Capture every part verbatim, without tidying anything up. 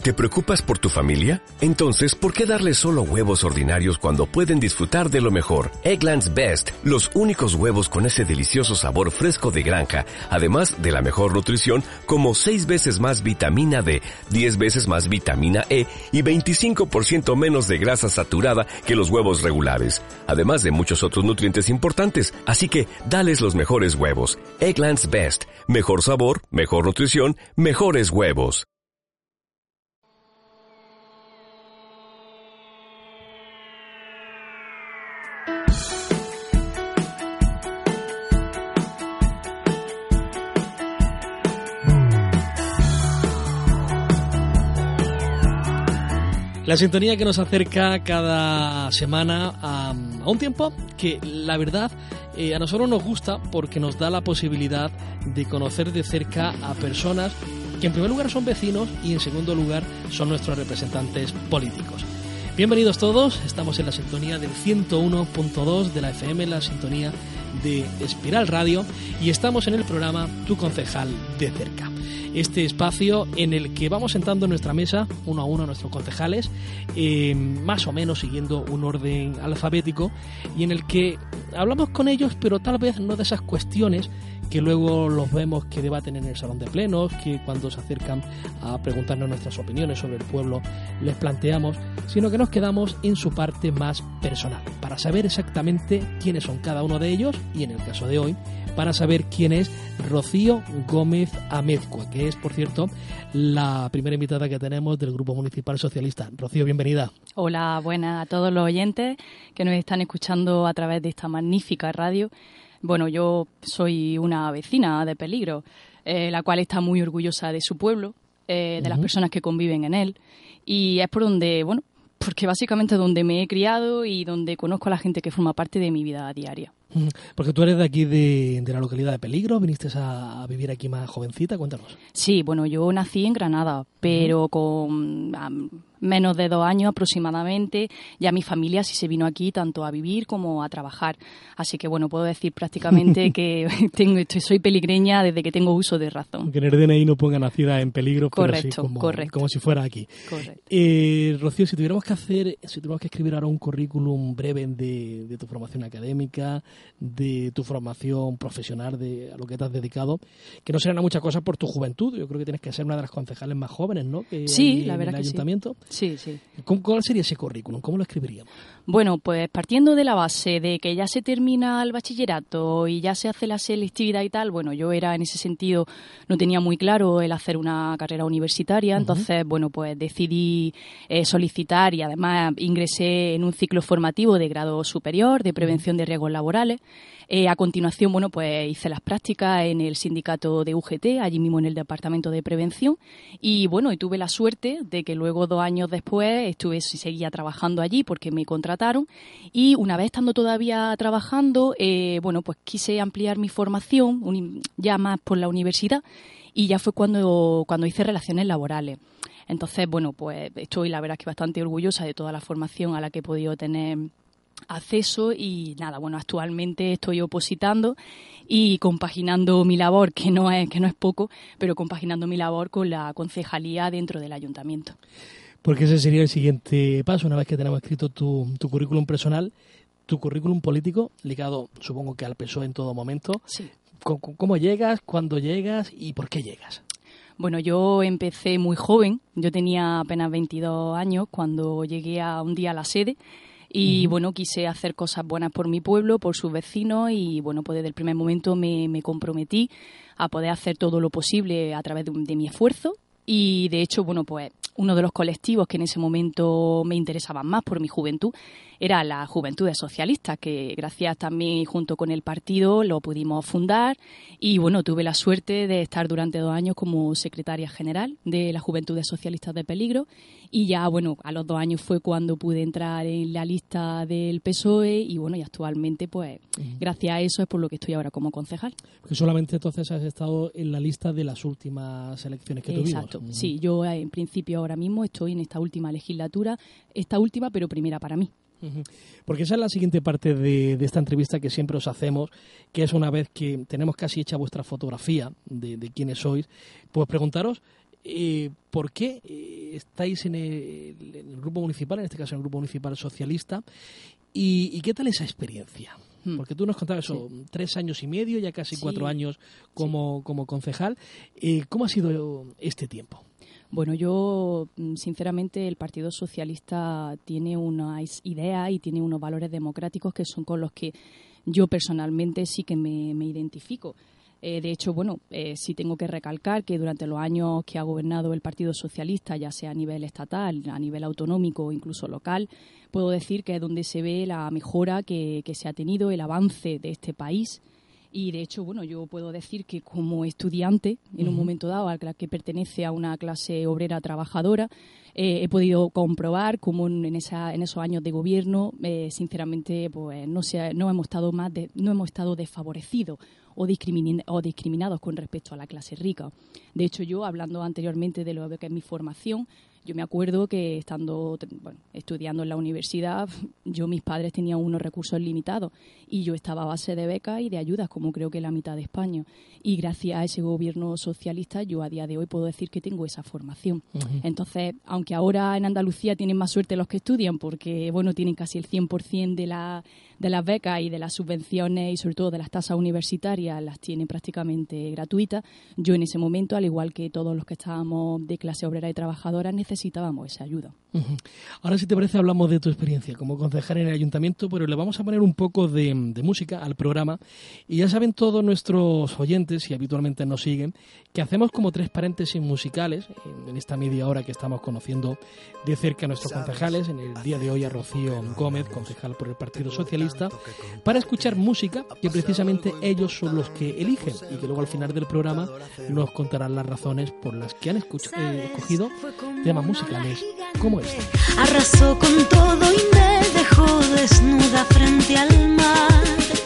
¿Te preocupas por tu familia? Entonces, ¿por qué darles solo huevos ordinarios cuando pueden disfrutar de lo mejor? Eggland's Best, los únicos huevos con ese delicioso sabor fresco de granja, además de la mejor nutrición, como seis veces más vitamina D, diez veces más vitamina E y veinticinco por ciento menos de grasa saturada que los huevos regulares, además de muchos otros nutrientes importantes. Así que, dales los mejores huevos. Eggland's Best, mejor sabor, mejor nutrición, mejores huevos. La sintonía que nos acerca cada semana a, a un tiempo que, la verdad, eh, a nosotros nos gusta porque nos da la posibilidad de conocer de cerca a personas que en primer lugar son vecinos y en segundo lugar son nuestros representantes políticos. Bienvenidos todos, estamos en la sintonía del ciento uno punto dos de la F M, la sintonía de Espiral Radio, y estamos en el programa Tu Concejal de Cerca. Este espacio en el que vamos sentando en nuestra mesa uno a uno a nuestros concejales, eh, más o menos siguiendo un orden alfabético, y en el que hablamos con ellos, pero tal vez no de esas cuestiones que luego los vemos que debaten en el salón de plenos, que cuando se acercan a preguntarnos nuestras opiniones sobre el pueblo les planteamos, sino que nos quedamos en su parte más personal, para saber exactamente quiénes son cada uno de ellos, y en el caso de hoy, para saber quién es Rocío Gómez Amezcua, que es, por cierto, la primera invitada que tenemos del Grupo Municipal Socialista. Rocío, bienvenida. Hola, buenas a todos los oyentes que nos están escuchando a través de esta magnífica radio. Bueno, yo soy una vecina de Peligro, eh, la cual está muy orgullosa de su pueblo, eh, de uh-huh. las personas que conviven en él, y es por donde, bueno, porque básicamente donde me he criado y donde conozco a la gente que forma parte de mi vida diaria. Porque tú eres de aquí, de, de la localidad de Peligro, viniste a, a vivir aquí más jovencita, cuéntanos. Sí, bueno, yo nací en Granada, pero uh-huh. con um, menos de dos años aproximadamente, ya mi familia sí se vino aquí tanto a vivir como a trabajar. Así que, bueno, puedo decir prácticamente que tengo, estoy, soy peligreña desde que tengo uso de razón. Que en el D N I no ponga nacida en Peligro, correcto, pero sí como, correcto. como si fuera aquí. Correcto. Eh, Rocío, si tuviéramos que hacer, si tuviéramos que escribir ahora un currículum breve de, de tu formación académica, de tu formación profesional, de a lo que te has dedicado, que no serán a muchas cosas por tu juventud. Yo creo que tienes que ser una de las concejales más jóvenes, ¿no? Que sí, hay la en verdad el que ayuntamiento. Sí, sí. ¿Cuál sería ese currículum? ¿Cómo lo escribiríamos? Bueno, pues partiendo de la base de que ya se termina el bachillerato y ya se hace la selectividad y tal, bueno, yo era en ese sentido, no tenía muy claro el hacer una carrera universitaria, uh-huh. entonces, bueno, pues decidí eh, solicitar y además ingresé en un ciclo formativo de grado superior de prevención de riesgos laborales. Eh, a continuación, bueno, pues hice las prácticas en el sindicato de U G T, allí mismo en el departamento de prevención, y bueno, y tuve la suerte de que luego dos años después estuve seguía trabajando allí porque me contrataron, y una vez estando todavía trabajando, eh, bueno, pues quise ampliar mi formación un, ya más por la universidad, y ya fue cuando, cuando hice relaciones laborales. Entonces, bueno, pues estoy la verdad que bastante orgullosa de toda la formación a la que he podido tener acceso, y nada, bueno, actualmente estoy opositando y compaginando mi labor, que no es que no es poco, pero compaginando mi labor con la concejalía dentro del ayuntamiento. Porque ese sería el siguiente paso, una vez que tenemos escrito tu, tu currículum personal, tu currículum político, ligado supongo que al P S O E en todo momento. Sí. ¿Cómo, cómo llegas, cuándo llegas y por qué llegas? Bueno, yo empecé muy joven, yo tenía apenas veintidós años cuando llegué a un día a la sede. Y, uh-huh. bueno, quise hacer cosas buenas por mi pueblo, por sus vecinos, y, bueno, pues desde el primer momento me, me comprometí a poder hacer todo lo posible a través de, de mi esfuerzo. Y, de hecho, bueno, pues uno de los colectivos que en ese momento me interesaban más por mi juventud era la Juventudes Socialistas, que gracias también junto con el partido lo pudimos fundar, y bueno, tuve la suerte de estar durante dos años como secretaria general de la Juventudes Socialistas de Peligro, y ya bueno, a los dos años fue cuando pude entrar en la lista del P S O E, y bueno, y actualmente pues uh-huh. gracias a eso es por lo que estoy ahora como concejal. Porque solamente entonces has estado en la lista de las últimas elecciones que tuvimos. Exacto, uh-huh. sí, yo en principio ahora mismo estoy en esta última legislatura, esta última pero primera para mí. Porque esa es la siguiente parte de, de esta entrevista que siempre os hacemos, que es una vez que tenemos casi hecha vuestra fotografía de, de quiénes sois, pues preguntaros Eh, ¿Por qué eh, estáis en el, en el grupo municipal, en este caso en el grupo municipal socialista? ¿Y, y qué tal esa experiencia? Porque tú nos contabas eso, sí. tres años y medio, ya casi sí. cuatro años como, sí. como concejal. Eh, ¿Cómo ha sido este tiempo? Bueno, yo, sinceramente, el Partido Socialista tiene unas ideas y tiene unos valores democráticos que son con los que yo personalmente sí que me, me identifico. Eh, de hecho, bueno, eh, sí tengo que recalcar que durante los años que ha gobernado el Partido Socialista, ya sea a nivel estatal, a nivel autonómico o incluso local, puedo decir que es donde se ve la mejora que, que se ha tenido, el avance de este país. Y, de hecho, bueno, yo puedo decir que como estudiante, en uh-huh. un momento dado, a la que pertenece a una clase obrera trabajadora, eh, he podido comprobar cómo en, esa, en esos años de gobierno, eh, sinceramente, pues no, se, no hemos estado más de, no hemos estado desfavorecidos o, discrimin, o discriminados con respecto a la clase rica. De hecho, yo, hablando anteriormente de lo que es mi formación, yo me acuerdo que estando bueno, estudiando en la universidad, yo mis padres tenían unos recursos limitados y yo estaba a base de becas y de ayudas, como creo que la mitad de España. Y gracias a ese gobierno socialista, yo a día de hoy puedo decir que tengo esa formación. Uh-huh. Entonces, aunque ahora en Andalucía tienen más suerte los que estudian, porque bueno, tienen casi el cien por ciento de, la, de las becas y de las subvenciones y sobre todo de las tasas universitarias, las tienen prácticamente gratuitas, yo en ese momento, al igual que todos los que estábamos de clase obrera y trabajadora, necesitábamos esa ayuda. Uh-huh. Ahora, si te parece, hablamos de tu experiencia como concejal en el ayuntamiento, pero le vamos a poner un poco de, de música al programa. Y ya saben todos nuestros oyentes, y habitualmente nos siguen, que hacemos como tres paréntesis musicales en, en esta media hora que estamos conociendo de cerca a nuestros concejales. En el día de hoy a Rocío Gómez, concejal por el Partido Socialista, para escuchar música que precisamente ellos son los que eligen y que luego al final del programa nos contarán las razones por las que han escuch- eh, escogido temas musicales como este. Arrasó con todo y me dejó desnuda frente al mar.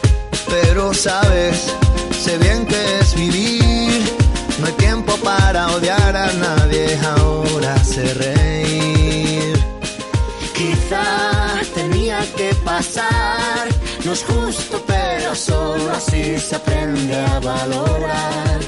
Pero sabes, sé bien que es vivir. No hay tiempo para odiar a nadie, ahora sé reír. Quizá tenía que pasar. No es justo, pero solo así se aprende a valorar.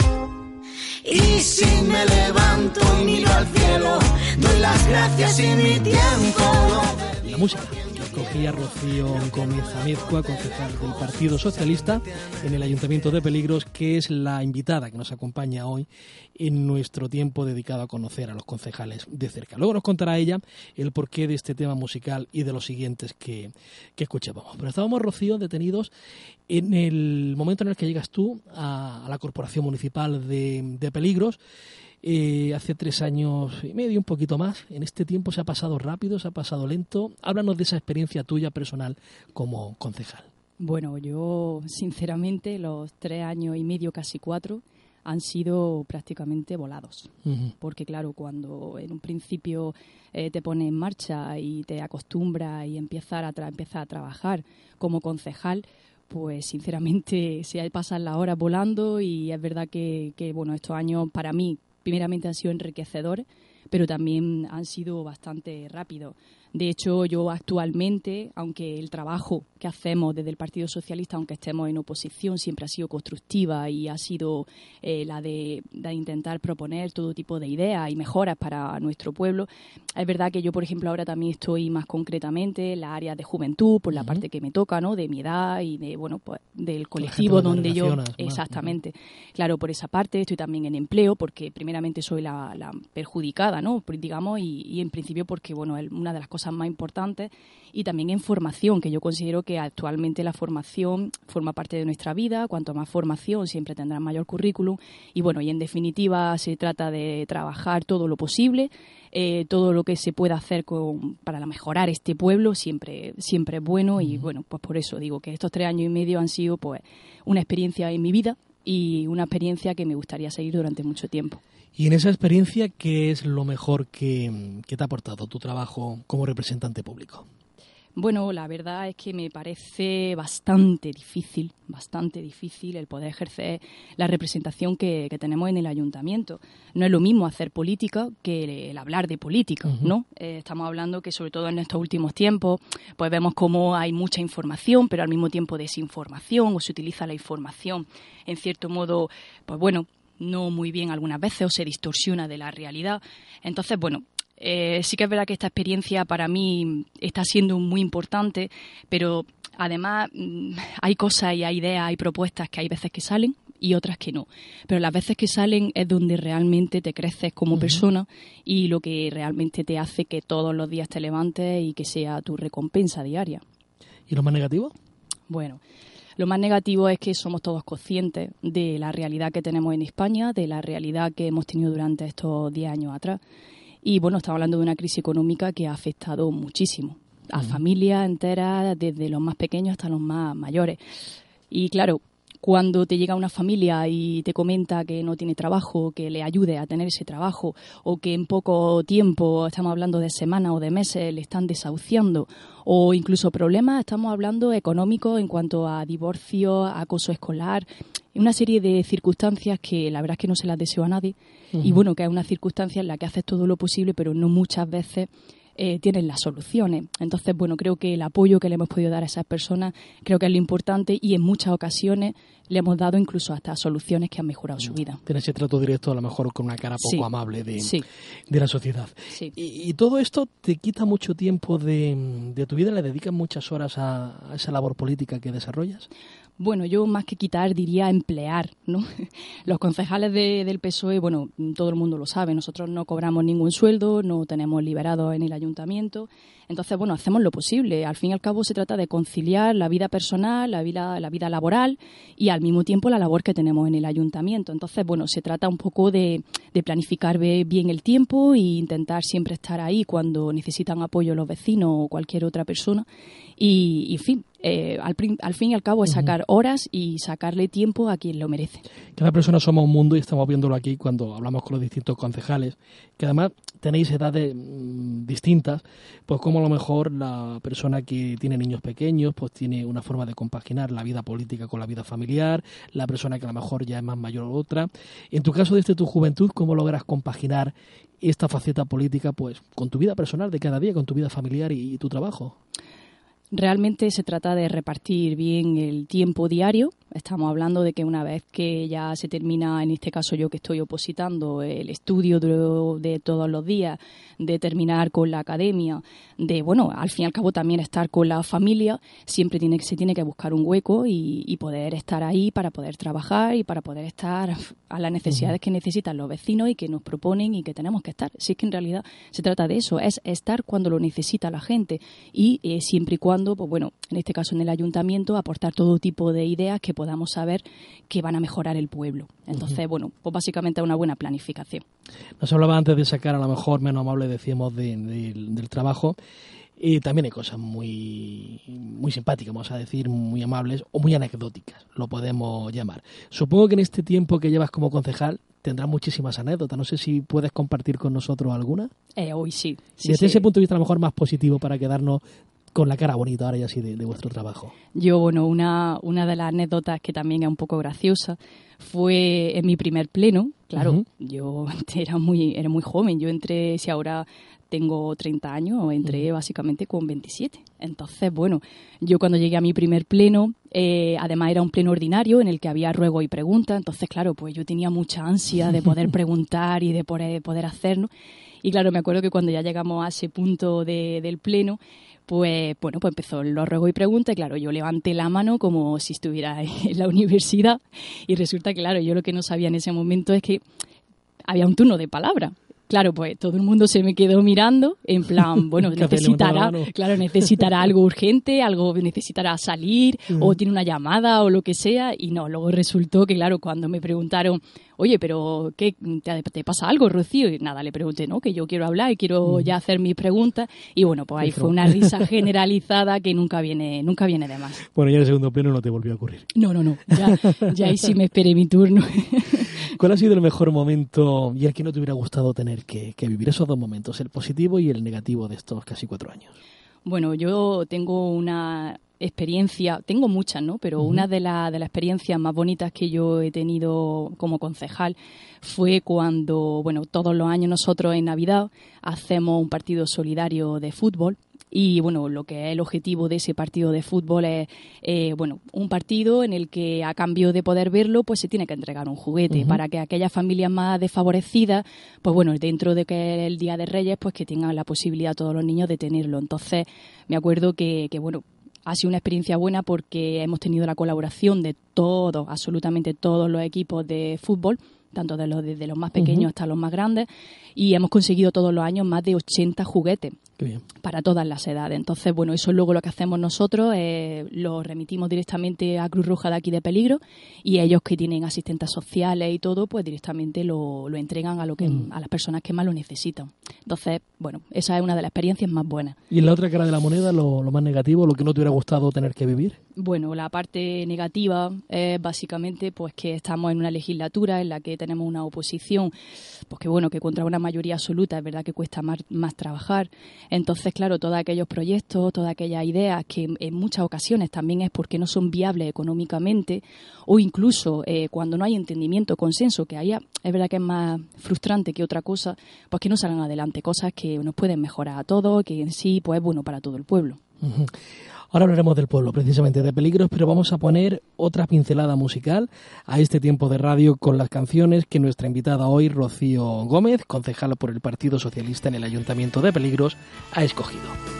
Y si me levanto y miro al cielo, doy las gracias y mi tiempo. La música que escogía Rocío Gómez Amezcua, concejal del Partido Socialista en el Ayuntamiento de Peligros, que es la invitada que nos acompaña hoy en nuestro tiempo dedicado a conocer a los concejales de cerca. Luego nos contará ella el porqué de este tema musical y de los siguientes que, que escuchábamos. Pero estábamos, Rocío, detenidos en el momento en el que llegas tú a, a la Corporación Municipal de, de Peligros. Eh, hace tres años y medio, un poquito más. En este tiempo se ha pasado rápido, se ha pasado lento. Háblanos de esa experiencia tuya personal como concejal. Bueno, yo sinceramente los tres años y medio, casi cuatro, han sido prácticamente volados. Uh-huh. Porque claro, cuando en un principio eh, te pones en marcha y te acostumbras y empiezas a, tra- empiezas a trabajar como concejal, pues sinceramente se pasan las horas volando y es verdad que, que bueno, estos años para mí primeramente han sido enriquecedores, pero también han sido bastante rápidos. De hecho, yo actualmente, aunque el trabajo que hacemos desde el Partido Socialista, aunque estemos en oposición, siempre ha sido constructiva y ha sido eh, la de, de intentar proponer todo tipo de ideas y mejoras para nuestro pueblo. Es verdad que yo, por ejemplo, ahora también estoy más concretamente en las áreas de juventud, por la uh-huh. parte que me toca, ¿no? De mi edad y de bueno, pues del colectivo donde yo... Exactamente. Uh-huh. Claro, por esa parte estoy también en empleo, porque primeramente soy la, la perjudicada, ¿no? Digamos, y, y en principio porque, bueno, el, una de las cosas más importantes, y también en formación, que yo considero que actualmente la formación forma parte de nuestra vida. Cuanto más formación siempre tendrá mayor currículum y bueno, y en definitiva se trata de trabajar todo lo posible, eh, todo lo que se pueda hacer con, para mejorar este pueblo siempre, siempre es bueno. Y bueno, pues por eso digo que estos tres años y medio han sido pues una experiencia en mi vida y una experiencia que me gustaría seguir durante mucho tiempo. Y en esa experiencia, ¿qué es lo mejor que, que te ha aportado tu trabajo como representante público? Bueno, la verdad es que me parece bastante difícil, bastante difícil el poder ejercer la representación que, que tenemos en el ayuntamiento. No es lo mismo hacer política que el hablar de política, uh-huh. ¿no? Eh, estamos hablando que sobre todo en estos últimos tiempos, pues vemos cómo hay mucha información, pero al mismo tiempo desinformación, o se utiliza la información en cierto modo, pues bueno, no muy bien algunas veces o se distorsiona de la realidad. Entonces, bueno, eh, sí que es verdad que esta experiencia para mí está siendo muy importante, pero además hay cosas y hay ideas, hay propuestas que hay veces que salen y otras que no. Pero las veces que salen es donde realmente te creces como uh-huh. persona y lo que realmente te hace que todos los días te levantes y que sea tu recompensa diaria. ¿Y lo más negativo? Bueno, lo más negativo es que somos todos conscientes de la realidad que tenemos en España, de la realidad que hemos tenido durante estos diez años atrás. Y bueno, estamos hablando de una crisis económica que ha afectado muchísimo a uh-huh. familias enteras, desde los más pequeños hasta los más mayores. Y claro, cuando te llega una familia y te comenta que no tiene trabajo, que le ayude a tener ese trabajo, o que en poco tiempo, estamos hablando de semanas o de meses, le están desahuciando, o incluso problemas, estamos hablando económicos en cuanto a divorcio, acoso escolar, una serie de circunstancias que la verdad es que no se las deseo a nadie, uh-huh. y bueno, que es una circunstancia en la que haces todo lo posible, pero no muchas veces Eh, tienen las soluciones. Entonces, bueno, creo que el apoyo que le hemos podido dar a esas personas creo que es lo importante y en muchas ocasiones le hemos dado incluso hasta soluciones que han mejorado su vida. Tiene ese trato directo, a lo mejor con una cara poco sí. amable de, sí. de la sociedad. Sí. Y, y todo esto te quita mucho tiempo de, de tu vida, ¿le dedicas muchas horas a, a esa labor política que desarrollas? Bueno, yo más que quitar diría emplear, ¿no? Los concejales de, del P S O E, bueno, todo el mundo lo sabe, nosotros no cobramos ningún sueldo, no tenemos liberados en el ayuntamiento, entonces, bueno, hacemos lo posible. Al fin y al cabo se trata de conciliar la vida personal, la vida, la vida laboral y al mismo tiempo la labor que tenemos en el ayuntamiento. Entonces, bueno, se trata un poco de, de planificar bien el tiempo e intentar siempre estar ahí cuando necesitan apoyo los vecinos o cualquier otra persona. Y, y en fin, eh, al, al fin y al cabo es sacar horas y sacarle tiempo a quien lo merece. Cada persona somos un mundo y estamos viéndolo aquí cuando hablamos con los distintos concejales, que además tenéis edades mmm, distintas, pues como a lo mejor la persona que tiene niños pequeños pues tiene una forma de compaginar la vida política con la vida familiar, la persona que a lo mejor ya es más mayor o otra. En tu caso, desde tu juventud, ¿cómo logras compaginar esta faceta política pues con tu vida personal de cada día, con tu vida familiar y, y tu trabajo? Realmente se trata de repartir bien el tiempo diario. Estamos hablando de que una vez que ya se termina, en este caso yo que estoy opositando, el estudio de, de todos los días, de terminar con la academia, de, bueno, al fin y al cabo también estar con la familia, siempre tiene, se tiene que buscar un hueco y, y poder estar ahí para poder trabajar y para poder estar a las necesidades uh-huh. que necesitan los vecinos y que nos proponen y que tenemos que estar. Si es que en realidad se trata de eso, es estar cuando lo necesita la gente y eh, siempre y cuando, pues bueno, en este caso en el ayuntamiento, aportar todo tipo de ideas que podamos saber que van a mejorar el pueblo. Entonces, uh-huh. bueno, pues básicamente una buena planificación. Nos hablaba antes de sacar a lo mejor menos amable, decíamos, de, de, del trabajo. Y también hay cosas muy, muy simpáticas, vamos a decir, muy amables o muy anecdóticas, lo podemos llamar. Supongo que en este tiempo que llevas como concejal tendrás muchísimas anécdotas. No sé si puedes compartir con nosotros alguna. Eh, hoy sí. sí Desde sí. ese punto de vista a lo mejor más positivo para quedarnos con la cara bonita ahora y así de, de vuestro trabajo. Yo, bueno, una, una de las anécdotas que también es un poco graciosa fue en mi primer pleno. Claro, uh-huh. yo era muy, era muy joven. Yo entré, si ahora tengo treinta años, entré uh-huh. básicamente con veintisiete. Entonces, bueno, yo cuando llegué a mi primer pleno, eh, además era un pleno ordinario en el que había ruego y preguntas. Entonces, claro, pues yo tenía mucha ansia de poder preguntar y de poder, poder hacerlo. Y claro, me acuerdo que cuando ya llegamos a ese punto de, del pleno, pues bueno, pues empezó los ruegos y preguntas y claro, yo levanté la mano como si estuviera en la universidad y resulta que, claro, yo lo que no sabía en ese momento es que había un turno de palabra. Claro, pues todo el mundo se me quedó mirando, en plan, bueno, necesitará, claro, necesitará algo urgente, algo necesitará salir, uh-huh. o tiene una llamada o lo que sea, y no, luego resultó que, claro, cuando me preguntaron, oye, pero ¿qué te, te pasa algo, Rocío? Y nada, le pregunté, no, que yo quiero hablar y quiero uh-huh. ya hacer mis preguntas, y bueno, pues ahí fue una risa generalizada que nunca viene, nunca viene de más. Bueno, ya en el segundo pleno no te volvió a ocurrir. No, no, no, ya, ya ahí sí me esperé mi turno. ¿Cuál ha sido el mejor momento y el que no te hubiera gustado tener que, que vivir esos dos momentos, el positivo y el negativo de estos casi cuatro años? Bueno, yo tengo una experiencia, tengo muchas, ¿no? Pero uh-huh. una de, la, de las experiencias más bonitas que yo he tenido como concejal fue cuando, bueno, todos los años nosotros en Navidad hacemos un partido solidario de fútbol Y bueno, lo que es el objetivo de ese partido de fútbol es, eh, bueno, un partido en el que a cambio de poder verlo, pues se tiene que entregar un juguete uh-huh. para que aquellas familias más desfavorecidas, pues bueno, dentro de que es el Día de Reyes, pues que tengan la posibilidad todos los niños de tenerlo. Entonces, me acuerdo que, que bueno, ha sido una experiencia buena porque hemos tenido la colaboración de todos, absolutamente todos los equipos de fútbol, tanto de los, desde los más pequeños uh-huh. hasta los más grandes, y hemos conseguido todos los años más de ochenta juguetes para todas las edades. Entonces, bueno, eso luego lo que hacemos nosotros es lo remitimos directamente a Cruz Roja de aquí de Peligro, y ellos que tienen asistentes sociales y todo, pues directamente lo, lo entregan a lo que uh-huh. a las personas que más lo necesitan. Entonces, bueno, esa es una de las experiencias más buenas. ¿Y en la otra cara de la moneda, lo, lo más negativo, lo que no te hubiera gustado tener que vivir? Bueno, la parte negativa es básicamente pues que estamos en una legislatura en la que tenemos una oposición, pues que bueno, que contra una mayoría absoluta es verdad que cuesta más, más trabajar. Entonces, claro, todos aquellos proyectos, todas aquellas ideas que en muchas ocasiones también es porque no son viables económicamente, o incluso eh, cuando no hay entendimiento, consenso, que ahí es verdad que es más frustrante que otra cosa, pues que no salgan adelante cosas que nos pueden mejorar a todos, que en sí pues es bueno para todo el pueblo. Uh-huh. Ahora hablaremos del pueblo, precisamente de Peligros, pero vamos a poner otra pincelada musical a este tiempo de radio con las canciones que nuestra invitada hoy, Rocío Gómez, concejala por el Partido Socialista en el Ayuntamiento de Peligros, ha escogido.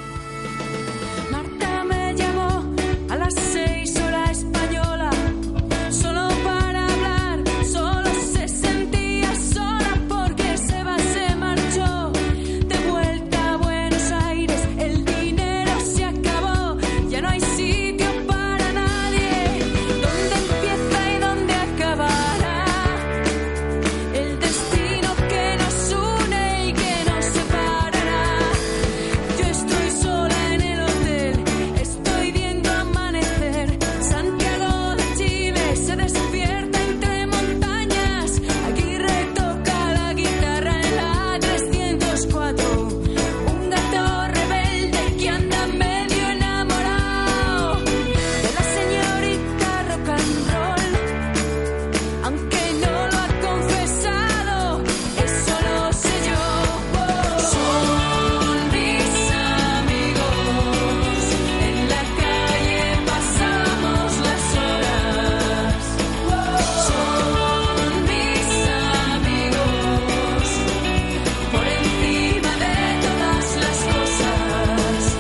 Marta me llamó a las seis hora española, solo para hablar, solo se sentía sola porque Seba se marchó de vuelta a Buenos Aires, el dinero se acabó. Ya no hay sitio para nadie, dónde empieza y dónde acabará el destino que nos une y que nos separará. Yo estoy sola en el hotel, estoy viendo amanecer. Santiago de Chile se despierta entre montañas. Aguirre toca la guitarra en la trescientos cuatro. Un gato rebelde que anda medio enamorado de la señorita rock and roll, aunque no lo ha confesado, eso lo sé yo. Son mis amigos, en la calle pasamos las horas. Son mis amigos, por encima de todas las cosas.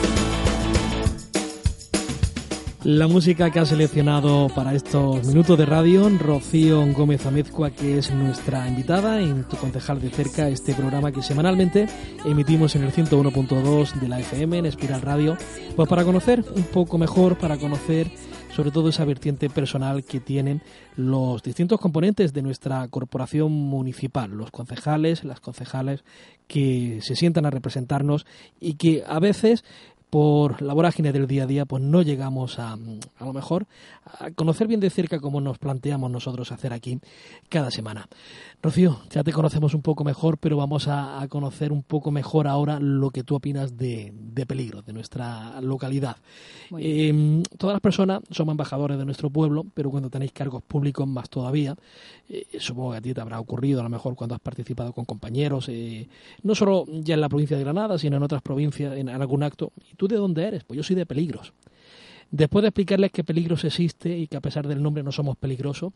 La música que ha seleccionado para estos minutos de radio Rocío Gómez Amezcua, que es nuestra invitada en Tu Concejal de Cerca, este programa que semanalmente emitimos en el ciento uno punto dos de la F M en Espiral Radio, pues para conocer un poco mejor, para conocer sobre todo esa vertiente personal que tienen los distintos componentes de nuestra corporación municipal, los concejales, las concejales que se sientan a representarnos y que a veces por la vorágine del día a día, pues no llegamos a, a lo mejor, a conocer bien de cerca como nos planteamos nosotros hacer aquí cada semana. Rocío, ya te conocemos un poco mejor, pero vamos a, a conocer un poco mejor ahora lo que tú opinas de, de Peligros, de nuestra localidad. Eh, todas las personas somos embajadores de nuestro pueblo, pero cuando tenéis cargos públicos más todavía. Eh, supongo que a ti te habrá ocurrido a lo mejor cuando has participado con compañeros, eh, no solo ya en la provincia de Granada, sino en otras provincias, en, en algún acto. ¿Y tú de dónde eres? Pues yo soy de Peligros. Después de explicarles que Peligros existe y que a pesar del nombre no somos peligrosos,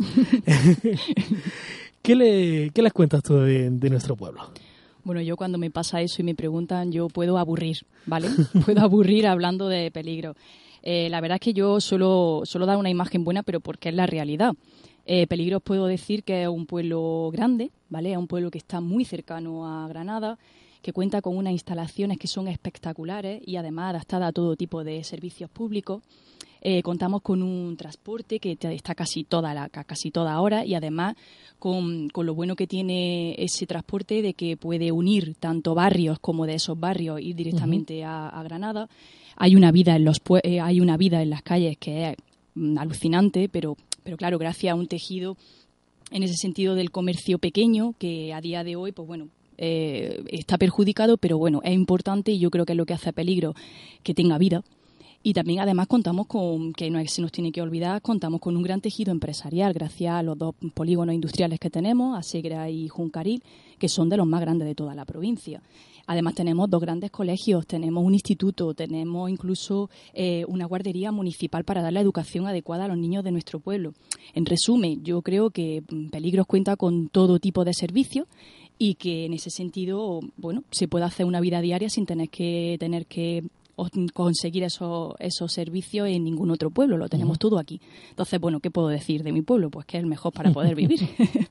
¿qué, le, ¿qué les cuentas tú de, de nuestro pueblo? Bueno, yo cuando me pasa eso y me preguntan, yo puedo aburrir, ¿vale? Puedo aburrir hablando de Peligros. Eh, la verdad es que yo solo, solo dar una imagen buena, pero porque es la realidad. Eh, Peligros puedo decir que es un pueblo grande, ¿vale? Es un pueblo que está muy cercano a Granada, que cuenta con unas instalaciones que son espectaculares y además adaptadas a todo tipo de servicios públicos. Eh, contamos con un transporte que está casi toda la casi toda hora y además con, con lo bueno que tiene ese transporte de que puede unir tanto barrios como de esos barrios ir directamente uh-huh. a, a Granada. Hay una vida en los eh, hay una vida en las calles que es mm, alucinante, pero pero claro, gracias a un tejido en ese sentido del comercio pequeño que a día de hoy, pues bueno, eh, está perjudicado, pero bueno, es importante y yo creo que es lo que hace Peligros que tenga vida. Y también además contamos con, que no se nos tiene que olvidar, contamos con un gran tejido empresarial gracias a los dos polígonos industriales que tenemos, Asegra y Juncaril, que son de los más grandes de toda la provincia. Además tenemos dos grandes colegios, tenemos un instituto, tenemos incluso eh, una guardería municipal para dar la educación adecuada a los niños de nuestro pueblo. En resumen, yo creo que Peligros cuenta con todo tipo de servicios y que en ese sentido, bueno, se puede hacer una vida diaria sin tener que tener que conseguir esos, esos servicios en ningún otro pueblo, lo tenemos uh-huh. todo aquí. Entonces, bueno, ¿qué puedo decir de mi pueblo? Pues que es el mejor para poder vivir.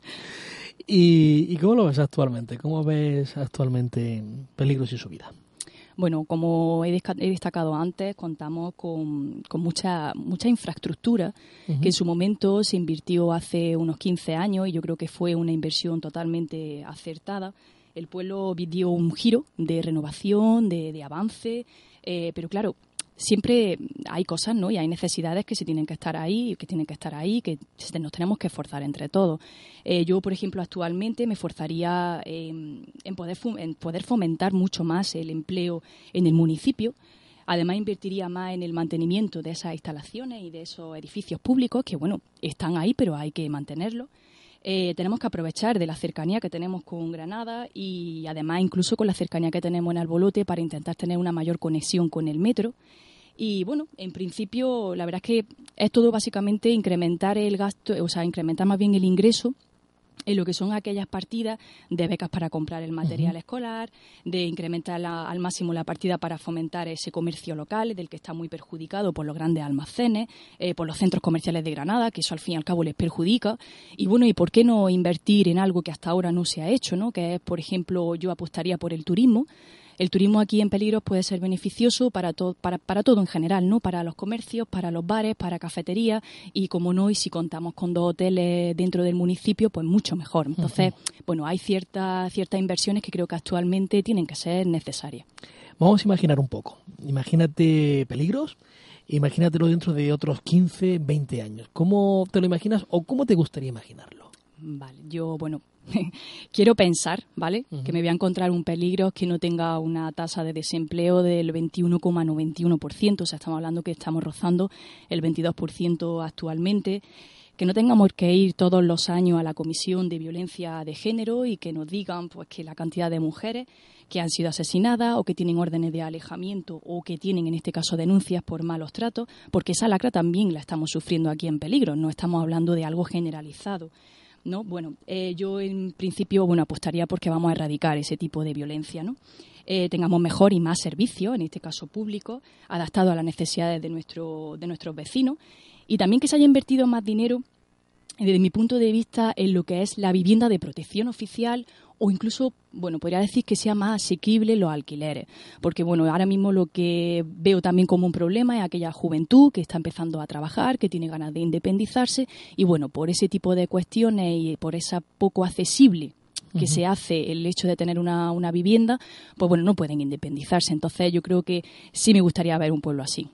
¿Y, ¿Y cómo lo ves actualmente? ¿Cómo ves actualmente Peligros y su vida? Bueno, como he destacado antes, contamos con, con mucha mucha infraestructura uh-huh. que en su momento se invirtió hace unos quince años y yo creo que fue una inversión totalmente acertada. El pueblo dio un giro de renovación, de, de avance, eh, pero claro, siempre hay cosas, ¿no? Y hay necesidades que se tienen que estar ahí, que tienen que estar ahí, que nos tenemos que esforzar entre todos. Eh, yo, por ejemplo, actualmente me esforzaría eh, en, poder, en poder fomentar mucho más el empleo en el municipio. Además, invertiría más en el mantenimiento de esas instalaciones y de esos edificios públicos que, bueno, están ahí, pero hay que mantenerlos. Eh, tenemos que aprovechar de la cercanía que tenemos con Granada y, además, incluso con la cercanía que tenemos en Albolote para intentar tener una mayor conexión con el metro. Y, bueno, en principio, la verdad es que es todo básicamente incrementar el gasto, o sea, incrementar más bien el ingreso en lo que son aquellas partidas de becas para comprar el material uh-huh. escolar, de incrementar la, al máximo la partida para fomentar ese comercio local, del que está muy perjudicado por los grandes almacenes, eh, por los centros comerciales de Granada, que eso al fin y al cabo les perjudica. Y bueno, ¿y por qué no invertir en algo que hasta ahora no se ha hecho, ¿no? Que es, por ejemplo, yo apostaría por el turismo. El turismo aquí en Peligros puede ser beneficioso para, to- para, para todo en general, ¿no? Para los comercios, para los bares, para cafeterías y, como no, y si contamos con dos hoteles dentro del municipio, pues mucho mejor. Entonces, uh-huh. bueno, hay ciertas ciertas inversiones que creo que actualmente tienen que ser necesarias. Vamos a imaginar un poco. Imagínate Peligros, imagínatelo dentro de otros quince, veinte años. ¿Cómo te lo imaginas o cómo te gustaría imaginarlo? Vale, yo, bueno... quiero pensar, ¿vale? Uh-huh. Que me voy a encontrar un Peligros que no tenga una tasa de desempleo del veintiuno coma noventa y uno por ciento, o sea, estamos hablando que estamos rozando el veintidós por ciento actualmente, que no tengamos que ir todos los años a la Comisión de Violencia de Género y que nos digan pues que la cantidad de mujeres que han sido asesinadas o que tienen órdenes de alejamiento o que tienen, en este caso, denuncias por malos tratos, porque esa lacra también la estamos sufriendo aquí en Peligros, no estamos hablando de algo generalizado. ¿No? Bueno, eh, yo en principio bueno apostaría porque vamos a erradicar ese tipo de violencia, ¿no? Eh, tengamos mejor y más servicios, en este caso públicos, adaptados a las necesidades de nuestro de nuestros vecinos y también que se haya invertido más dinero, desde mi punto de vista, en lo que es la vivienda de protección oficial o incluso, bueno, podría decir que sea más asequible los alquileres. Porque, bueno, ahora mismo lo que veo también como un problema es aquella juventud que está empezando a trabajar, que tiene ganas de independizarse y, bueno, por ese tipo de cuestiones y por esa poco accesible que uh-huh. se hace el hecho de tener una, una vivienda, pues, bueno, no pueden independizarse. Entonces, yo creo que sí me gustaría ver un pueblo así.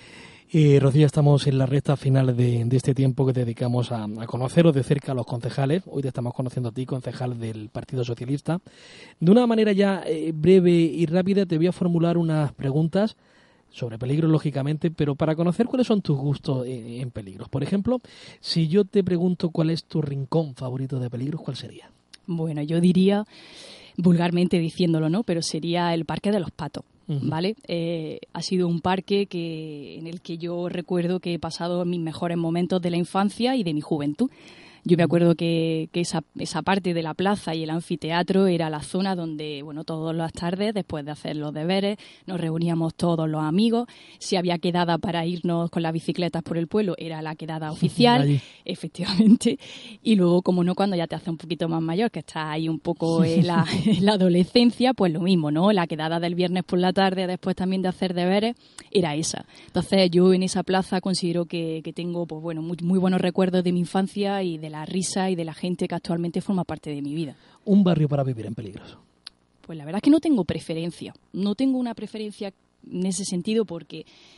Eh, Rocío, estamos en la recta final de, de este tiempo que dedicamos a, a conoceros de cerca a los concejales. Hoy te estamos conociendo a ti, concejal del Partido Socialista. De una manera ya eh, breve y rápida te voy a formular unas preguntas sobre Peligros, lógicamente, pero para conocer cuáles son tus gustos en, en Peligros. Por ejemplo, si yo te pregunto cuál es tu rincón favorito de Peligros, ¿cuál sería? Bueno, yo diría, vulgarmente diciéndolo, ¿no? Pero sería el Parque de los Patos. ¿Vale? Eh, ha sido un parque que en el que yo recuerdo que he pasado mis mejores momentos de la infancia y de mi juventud. Yo me acuerdo que, que esa, esa parte de la plaza y el anfiteatro era la zona donde, bueno, todas las tardes, después de hacer los deberes, nos reuníamos todos los amigos. Si había quedada para irnos con las bicicletas por el pueblo, era la quedada oficial, Allí. efectivamente. Y luego, como no, cuando ya te haces un poquito más mayor, que estás ahí un poco en la, en la adolescencia, pues lo mismo, ¿no? La quedada del viernes por la tarde, después también de hacer deberes, era esa. Entonces, yo en esa plaza considero que, que tengo, pues bueno, muy, muy buenos recuerdos de mi infancia y de la risa y de la gente que actualmente forma parte de mi vida. ¿Un barrio para vivir en Peligros? Pues la verdad es que no tengo preferencia. No tengo una preferencia en ese sentido porque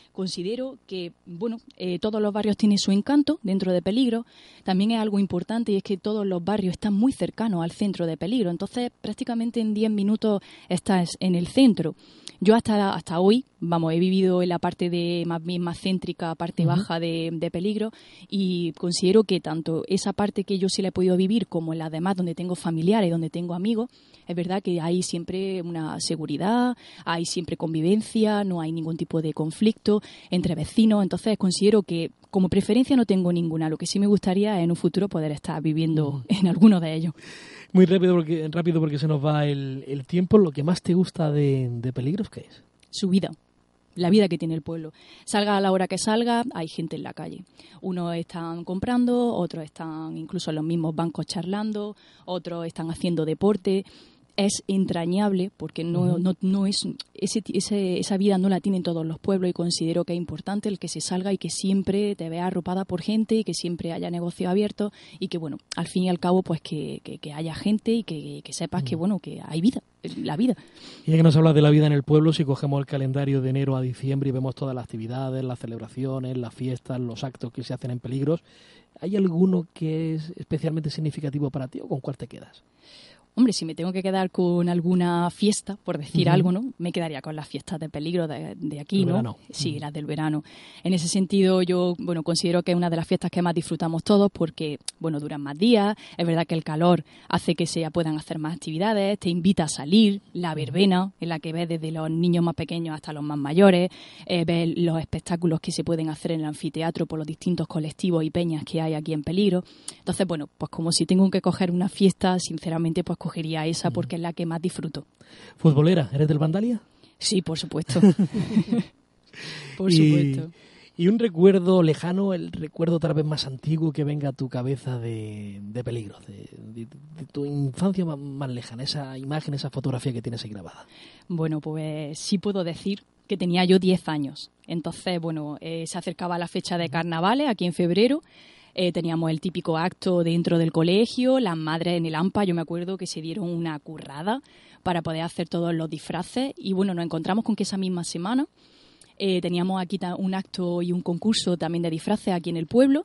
considero que, bueno, eh, todos los barrios tienen su encanto dentro de Peligro. También es algo importante y es que todos los barrios están muy cercanos al centro de Peligro. Entonces, prácticamente en diez minutos estás en el centro. Yo hasta hasta hoy, vamos, he vivido en la parte de más bien más céntrica, parte uh-huh. baja de, de Peligro, y considero que tanto esa parte que yo sí la he podido vivir como en las demás, donde tengo familiares, donde tengo amigos, es verdad que hay siempre una seguridad, hay siempre convivencia, no hay ningún tipo de conflicto entre vecinos. Entonces considero que como preferencia no tengo ninguna. Lo que sí me gustaría es en un futuro poder estar viviendo uh-huh. en alguno de ellos. Muy rápido porque rápido porque se nos va el, el tiempo. ¿Lo que más te gusta de, de Peligros qué es? Su vida. La vida que tiene el pueblo. Salga a la hora que salga, hay gente en la calle. Unos están comprando, otros están incluso en los mismos bancos charlando, otros están haciendo deporte. Es entrañable porque no, uh-huh. no, no es ese, ese, esa vida no la tienen todos los pueblos, y considero que es importante el que se salga y que siempre te veas arropada por gente y que siempre haya negocio abierto y que, bueno, al fin y al cabo, pues que, que, que haya gente y que, que sepas uh-huh. que, bueno, que hay vida, la vida. Y ya que nos hablas de la vida en el pueblo, si cogemos el calendario de enero a diciembre y vemos todas las actividades, las celebraciones, las fiestas, los actos que se hacen en Peligros, ¿hay alguno que es especialmente significativo para ti o con cuál te quedas? Hombre, si me tengo que quedar con alguna fiesta, por decir uh-huh. algo, ¿no? Me quedaría con las fiestas de Peligro de, de aquí, el ¿no? Verano. Sí, uh-huh. las del verano. En ese sentido, yo, bueno, considero que es una de las fiestas que más disfrutamos todos porque, bueno, duran más días. Es verdad que el calor hace que se puedan hacer más actividades, te invita a salir, la verbena, en la que ves desde los niños más pequeños hasta los más mayores, eh, ves los espectáculos que se pueden hacer en el anfiteatro por los distintos colectivos y peñas que hay aquí en Peligro. Entonces, bueno, pues como si tengo que coger una fiesta, sinceramente, pues cogería esa porque es la que más disfruto. ¿Futbolera? ¿Eres del Vandalia? Sí, por supuesto. por y, supuesto. ¿Y un recuerdo lejano, el recuerdo tal vez más antiguo que venga a tu cabeza de, de Peligro, de, de, de tu infancia más, más lejana, esa imagen, esa fotografía que tienes ahí grabada? Bueno, pues sí puedo decir que tenía yo diez años. Entonces, bueno, eh, se acercaba la fecha de carnavales aquí en febrero. Eh, teníamos el típico acto dentro del colegio, las madres en el AMPA, yo me acuerdo que se dieron una currada para poder hacer todos los disfraces y bueno, nos encontramos con que esa misma semana eh, teníamos aquí un acto y un concurso también de disfraces aquí en el pueblo.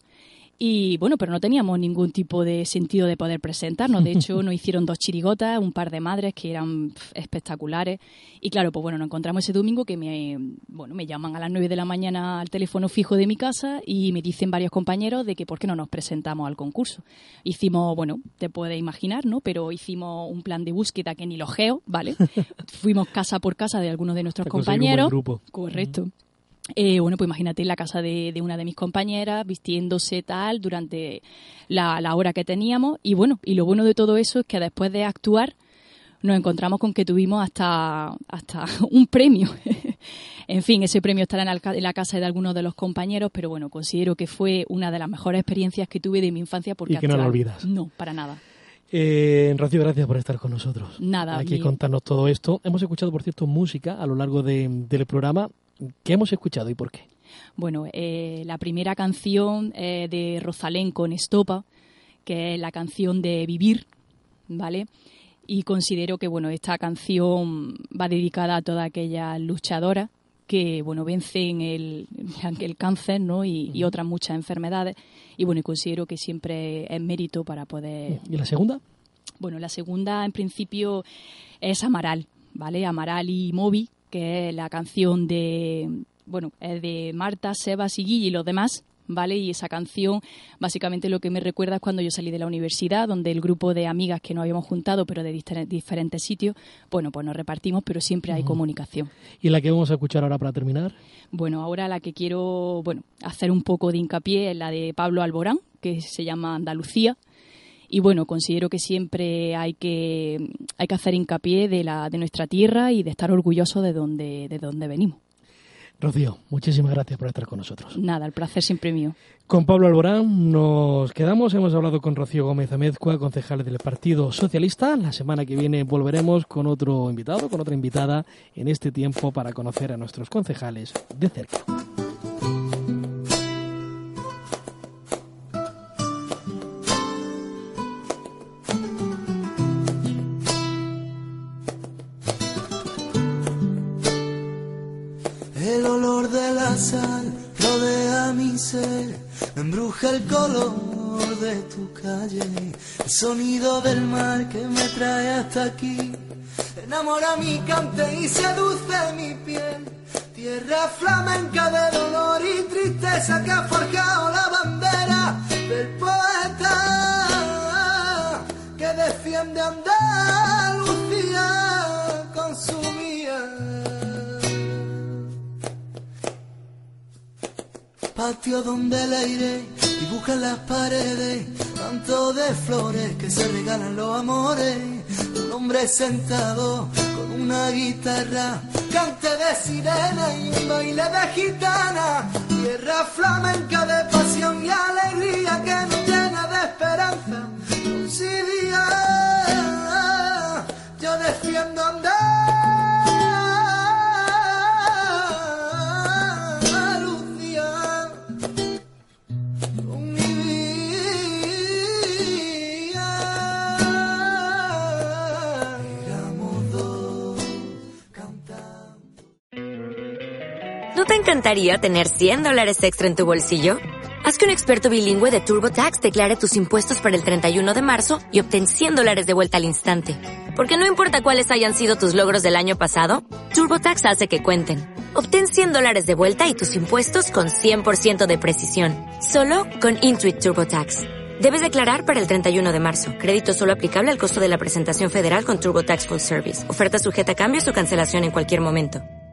Y bueno, pero no teníamos ningún tipo de sentido de poder presentarnos. De hecho, nos hicieron dos chirigotas, un par de madres que eran pff, espectaculares. Y claro, pues bueno, nos encontramos ese domingo que me, bueno, me llaman a las nueve de la mañana al teléfono fijo de mi casa y me dicen varios compañeros de que por qué no nos presentamos al concurso. Hicimos, bueno, te puedes imaginar, ¿no? Pero hicimos un plan de búsqueda que ni lo geo, ¿vale? Fuimos casa por casa de algunos de nuestros compañeros. Un buen grupo. Correcto. Eh, bueno, pues imagínate en la casa de, de una de mis compañeras, vistiéndose tal durante la, la hora que teníamos. Y bueno, y lo bueno de todo eso es que después de actuar nos encontramos con que tuvimos hasta, hasta un premio. En fin, ese premio estará en, el, en la casa de algunos de los compañeros, pero bueno, considero que fue una de las mejores experiencias que tuve de mi infancia. Porque y que actuar, no lo olvidas. No, para nada. Eh, Rocío, gracias por estar con nosotros. Nada. Aquí mi... contarnos todo esto. Hemos escuchado, por cierto, música a lo largo de, del programa. ¿Qué hemos escuchado y por qué? Bueno, eh, la primera canción eh, de Rosalén con Estopa, que es la canción de Vivir, ¿vale? Y considero que, bueno, esta canción va dedicada a todas aquellas luchadoras que, bueno, vencen el, el cáncer, ¿no? Y, y otras muchas enfermedades. Y, bueno, y considero que siempre es mérito para poder... ¿Y la segunda? Bueno, la segunda, en principio, es Amaral, ¿vale? Amaral y Moby, que es la canción de, bueno, es de Marta, Sebas y Guille y los demás, ¿vale? Y esa canción, básicamente lo que me recuerda es cuando yo salí de la universidad, donde el grupo de amigas que nos habíamos juntado, pero de difer- diferentes sitios, bueno, pues nos repartimos, pero siempre hay uh-huh. comunicación. ¿Y la que vamos a escuchar ahora para terminar? Bueno, ahora la que quiero, bueno, hacer un poco de hincapié es la de Pablo Alborán, que se llama Andalucía. Y bueno, considero que siempre hay que hay que hacer hincapié de la de nuestra tierra y de estar orgullosos de donde de donde venimos. Rocío, muchísimas gracias por estar con nosotros. Nada, el placer siempre mío. Con Pablo Alborán nos quedamos. Hemos hablado con Rocío Gómez Amezcua, concejal del Partido Socialista. La semana que viene volveremos con otro invitado, con otra invitada en este tiempo para conocer a nuestros concejales de cerca. El olor de la la sal rodea mi ser, me embruja el color de tu calle, el sonido del mar que me trae hasta aquí, enamora mi cante y seduce mi piel, tierra flamenca de dolor y tristeza que ha forjado la bandera del poeta que defiende Andalucía con su mía. Patio donde el aire dibuja en las paredes, manto de flores que se regalan los amores, un hombre sentado con una guitarra, cante de sirena y un baile de gitana, tierra flamenca de pasión y alegría que nos llena de esperanza. Si día yo defiendo Andalucía con mi vida. Éramos dos cantando. ¿No te encantaría tener cien dólares extra en tu bolsillo? Haz que un experto bilingüe de TurboTax declare tus impuestos para el treinta y uno de marzo y obtén cien dólares de vuelta al instante. Porque no importa cuáles hayan sido tus logros del año pasado, TurboTax hace que cuenten. Obtén cien dólares de vuelta y tus impuestos con cien por ciento de precisión. Solo con Intuit TurboTax. Debes declarar para el treinta y uno de marzo. Crédito solo aplicable al costo de la presentación federal con TurboTax Full Service. Oferta sujeta a cambios o cancelación en cualquier momento.